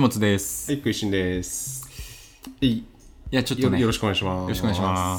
本です。 はい、食いしんです。 いや、ちょっとね、 よろしくお願いします。 よろしくお願いします。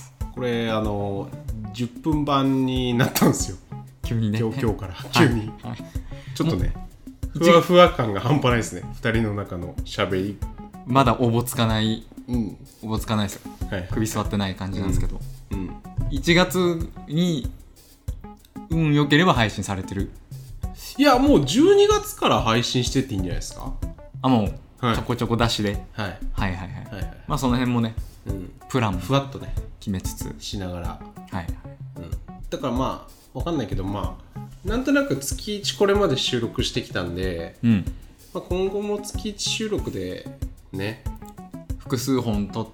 これ10分版になったんですよ。 急にね。 今日から急に、 はい、 ちょっとね、ふわふわ感が半端ないですね。2人の中の喋り。 まだおぼつかない、おぼつかないですよ。 はい、 首座ってない感じなんですけど、1月に運良ければ配信されてる。 いや、もう12月から配信してっていいんじゃないですか。 もうちょこちょこ出しで、 はいまあその辺もね、プランふわっとね決めつつしながら、だからまあわかんないけど、まあなんとなく月1これまで収録してきたんで、まあ、今後も月1収録でね複数本撮って、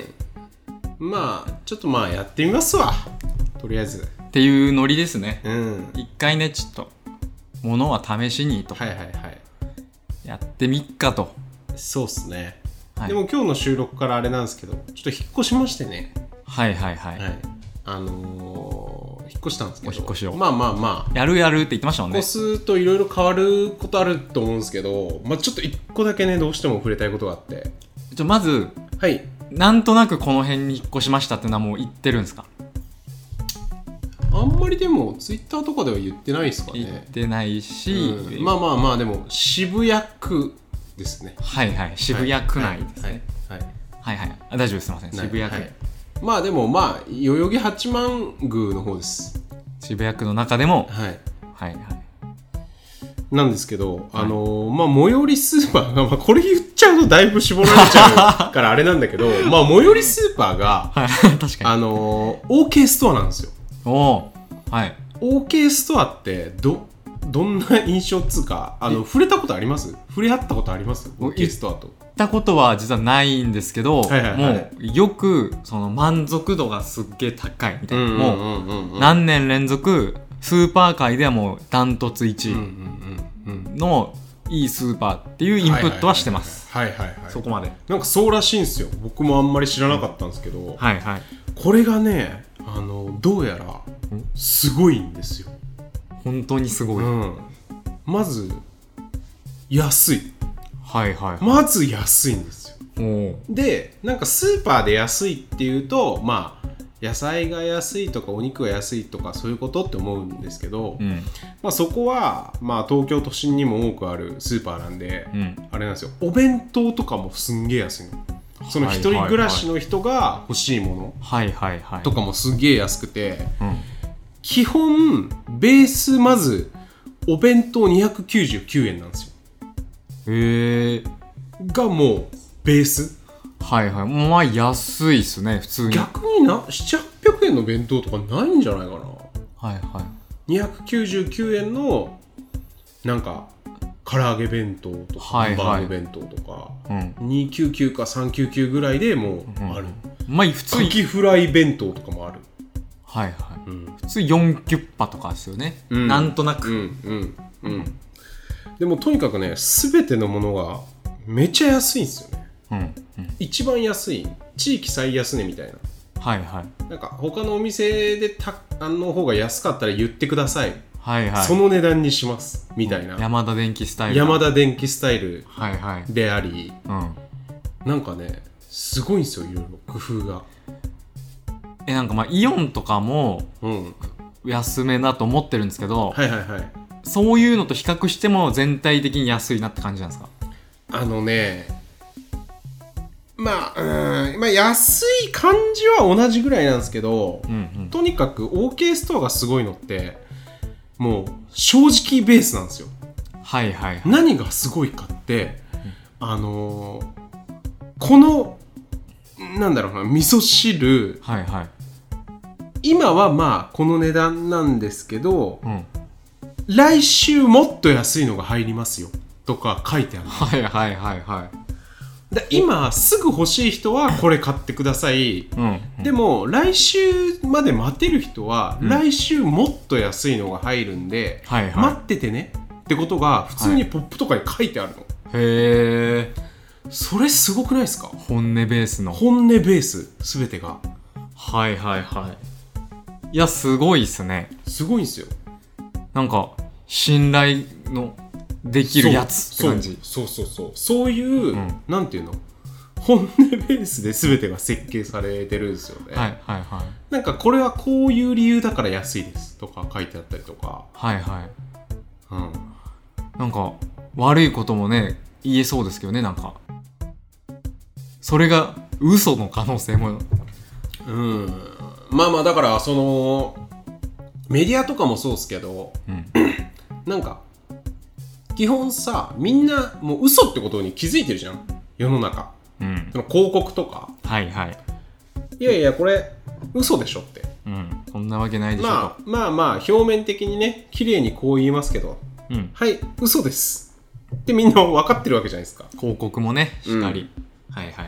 まあちょっとまあやってみますわ、とりあえずっていうノリですね。一回ね、ちょっとものは試しにと、やってみっかと。 そうっすね、でも今日の収録からあれなんですけど、ちょっと引っ越しましてね。引っ越したんですけど、 お引っ越しをまあやるって言ってましたもんね。 引っ越すといろいろ変わることあると思うんですけど、まあちょっと一個だけねどうしても触れたいことがあって、 まず、なんとなくこの辺に引っ越しましたってのはもう言ってるんですか？ あんまりでもツイッターとかでは言ってないですかね。 言ってないし、 まあでも渋谷区ですね。 渋谷区内ですね。大丈夫です、すいません。渋谷区、 まあでもまあ代々木八幡宮の方です。 渋谷区の中でもなんですけど、まあ最寄りスーパーが、まあ、これ言っちゃうとだいぶ絞られちゃうからあれなんだけどまあ最寄りスーパーが確かに OK ストアなんですよ。OK ストアってどんな印象っつうか、触れたことあります？触れ合ったことあります？ OK ストアと。 行ったことは実はないんですけど、もうよくその満足度がすっげえ高いみたいな、もう何年連続スーパー界ではもうダントツ1位のいいスーパーっていうインプットはしてます。そこまでなんかそうらしいんですよ。僕もあんまり知らなかったんですけど、これがねどうやらすごいんですよ。 本当にすごい。 まず安い。まず安いんですよ。で、なんかスーパーで安いっていうと、まあ野菜が安いとかお肉が安いとかそういうことって思うんですけど、まあそこはまあ東京都心にも多くあるスーパーなんで、あれなんですよ。お弁当とかもすんげえ安いの。その一人暮らしの人が欲しいものとかもすげえ安くて、基本ベースまずお弁当299円なんですよ。がもうベース。 まあ安いっすね、普通に。 逆に700、800円の弁当とかないんじゃないかな。299円のなんか唐揚げ弁当とかハンバーグ弁当とか、299か399ぐらいでもうある。 まあ普通カキフライ弁当とかもある。 普通4キュッパとかですよね、なんとなく。 でもとにかくね、全てのものがめちゃ安いんですよね。一番安い、地域最安値みたいな。なんか他のお店での方が安かったら言ってください。その値段にしますみたいな。 ヤマダ電機スタイル。 ヤマダ電機スタイルであり、なんかねすごいんですよ、いろいろ工夫が。 なんかまあイオンとかも安めだと思ってるんですけど、そういうのと比較しても全体的に安いなって感じなんですか？ まあ安い感じは同じぐらいなんですけど、とにかく OK ストアがすごいのってもう正直ベースなんですよ。何がすごいかって、このなんだろうな、味噌汁、今はまあこの値段なんですけど、来週もっと安いのが入りますよとか書いてある。で今すぐ欲しい人はこれ買ってください。でも来週まで待てる人は、来週もっと安いのが入るんで、待っててねってことが普通にポップとかに書いてあるの。それすごくないですか？ 本音ベースの。 本音ベース全てが。 いやすごいっすね。 すごいんですよ。 なんか信頼のできるやつって感じ。 そういう、なんていうの、本音ベースで全てが設計されてるんですよね。 はいはいはい。 なんかこれはこういう理由だから安いですとか書いてあったりとか。 はいはい。なんか悪いこともね言えそうですけどね、なんかそれが嘘の可能性も。 まあまあだからそのメディアとかもそうですけど、なんか基本さ、みんなもう嘘ってことに気づいてるじゃん、世の中。その広告とか。 はいはい。 いやいやこれ嘘でしょって。 そんなわけないでしょと。 まあ表面的にね綺麗にこう言いますけど、はい嘘ですってみんな分かってるわけじゃないですか。 広告もねしっかり、はいはい。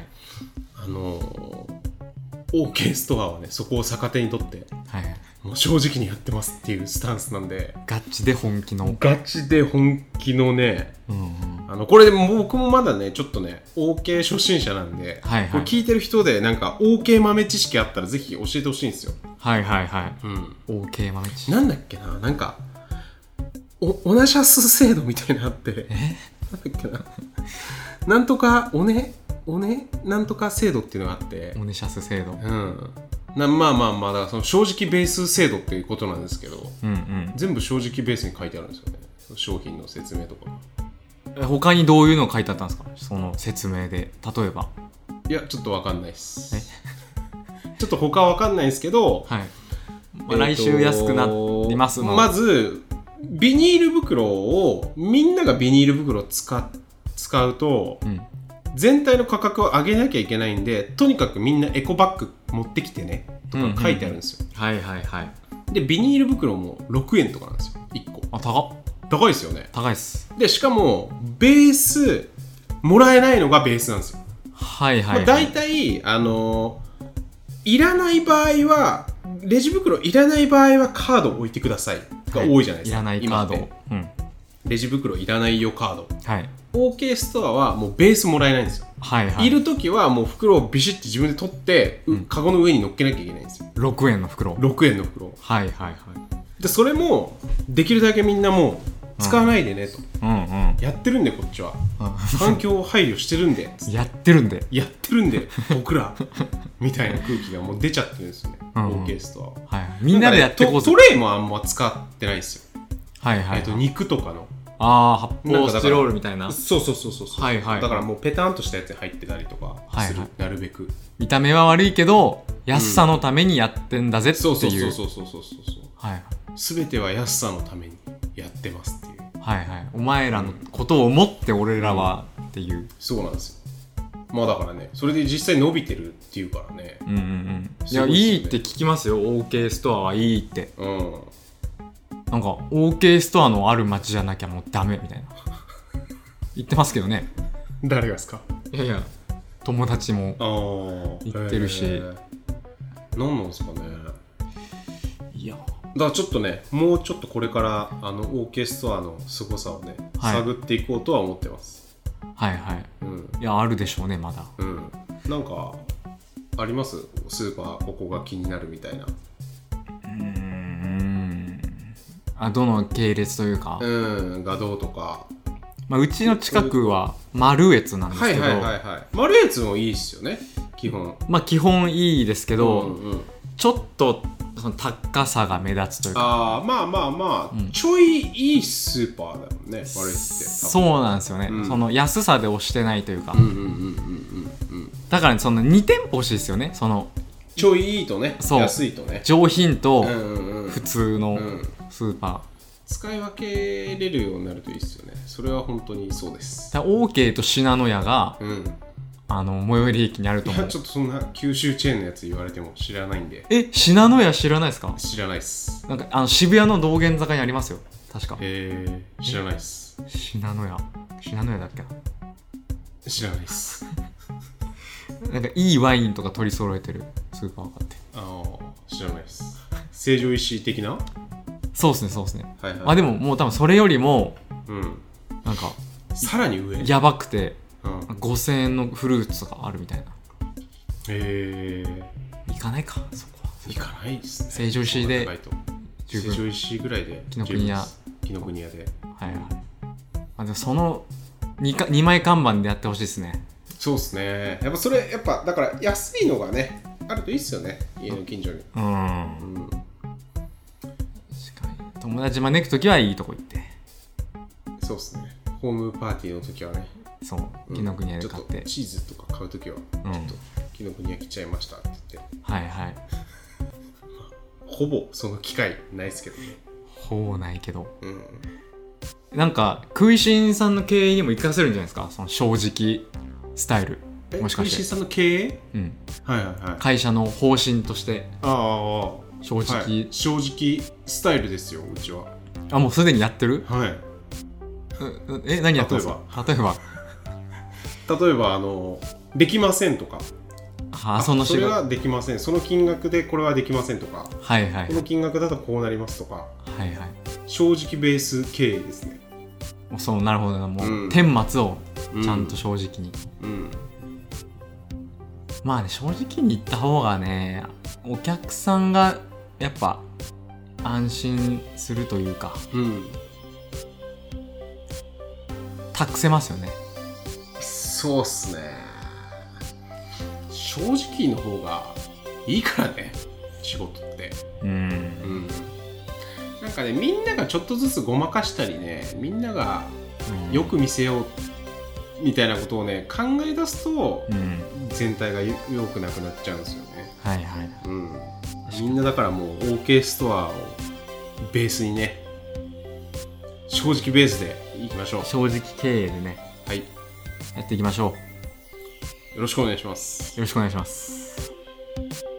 OK ストアはねそこを逆手にとって、もう正直にやってますっていうスタンスなんで、 ガチで本気のね、これでも僕もまだねちょっとね OK 初心者なんで、これ聞いてる人でなんか OK 豆知識あったらぜひ教えてほしいんですよ。 はいはいはい。OK 豆知識なんだっけな、なんかオナシャス制度みたいなのあって、なんだっけな、なんとかおねなんとか制度っていうのがあって、 オネシャス制度、 まあだからその正直ベース制度っていうことなんですけど、全部正直ベースに書いてあるんですよね、商品の説明とか。 他にどういうの書いてあったんですか、その説明で。例えばいやちょっと分かんないです。ちょっと他は分かんないですけど、 来週安くなりますの。 まずビニール袋をみんながビニール袋を使うと、全体の価格を上げなきゃいけないんで、とにかくみんなエコバッグ持ってきてねとか書いてあるんですよ。 はいはいはい。 でビニール袋も6円とかなんですよ、1個。高いですよね。 高いです。 でしかもベースもらえないのがベースなんですよ。 はいはいはい。 だいたいいらない場合は、レジ袋いらない場合はカード置いてくださいが多いじゃないですか。 いらないカード、 レジ袋いらないよカード。OK ストアはもうベースもらえないんですよ。いるときはもう袋をビシッて自分で取って、カゴの上に乗っけなきゃいけないんですよ。 6円の袋。はいはいはい。 でそれもできるだけみんなもう使わないでねと、やってるんでこっちは、環境を配慮してるんでやってるんで僕らみたいな空気がもう出ちゃってるんですよね、OK ストアは。 みんなでやってこう。 トレイもあんま使ってないですよ。肉とかの発泡スチロールみたいな。 そうだからもうペタンとしたやつに入ってたりとかする、なるべく。 見た目は悪いけど安さのためにやってんだぜっていう。そう全ては安さのためにやってますっていう。 お前らのことを思って俺らはっていう。 そうなんですよ。まあだからね、それで実際伸びてるっていうからね。 いや、いいって聞きますよ。 OK ストアはいいって。なんか OK ストアのある街じゃなきゃもうダメみたいな言ってますけどね。 誰がですか？ いや友達も言ってるし。 何なんですかね。 いやだからちょっとね、もうちょっとこれからOK ストアの凄さをね、探っていこうとは思ってます。いや、あるでしょうねまだ。なんかあります？スーパーここが気になるみたいな。 どの系列というか、 画像とか。 うちの近くはマルエツなんですけど、 マルエツもいいっすよね基本。 基本いいですけど、ちょっとその高さが目立つというか。ちょいいいスーパーだもんね、マルエツって。 そうなんですよね、その安さで押してないというか。だからその2店舗欲しいですよね。そのちょいいいとね、安いとね、 上品と普通のスーパー、 使い分けれるようになるといいですよね。それは本当にそうです。 OK と信濃屋が、最寄り駅にあると思う。 いやちょっとそんな九州チェーンのやつ言われても知らないんで。 信濃屋知らないですか？ 知らないっす。 なんか渋谷の道玄坂にありますよ確か。 知らないっす。 信濃屋だっけな。 知らないっす。 なんかいいワインとか取り揃えてるスーパーがあって。 知らないです。成城石井的な？ そうですね。でももう多分それよりも、なんかさらに上やばくて、5000円のフルーツとかあるみたいな。行かないかそこは。 行かないですね。 成城石井で十分。成城石井ぐらいで紀ノ国屋で。 でもその 2枚看板でやってほしいですね。 そうっすね。やっぱそれやっぱだから安いのがねあるといいっすよね、家の近所に。 確かに友達招くときはいいとこ行って。 そうっすね。ホームパーティーの時はね、 そう紀ノ国屋で買って、 ちょっとチーズとか買う時は、ちょっと紀ノ国屋来ちゃいましたって言って、 はいはいほぼその機会ないっすけどね。 ほぼないけど、なんか食いしんさんの経営にも活かせるんじゃないですか、その正直スタイル。もしかして食いしんさんの経営、はいはいはい、 会社の方針として正直、 はい、正直スタイルですよ、うちは。 もうすでにやってる？ はい。 何やってるんですか？例えばできませんとか、それはできません、その金額でこれはできませんとか、 はいはい、 この金額だとこうなりますとか、 はいはい、 正直ベース経営ですね。 そう、なるほどな。もう、顛末をちゃんと正直に、まあね、正直に言った方がね、お客さんがやっぱ安心するというか、託せますよね。 そうっすね。正直の方がいいからね、仕事って。なんかね、みんながちょっとずつごまかしたりね、みんながよく見せようみたいなことをね考え出すと、全体が良くなくなっちゃうんですよね。 はいはい、 みんなだからもう OK ストアをベースにね、正直ベースでいきましょう。 正直経営でね、 はい、 やっていきましょう。 よろしくお願いします。 よろしくお願いします。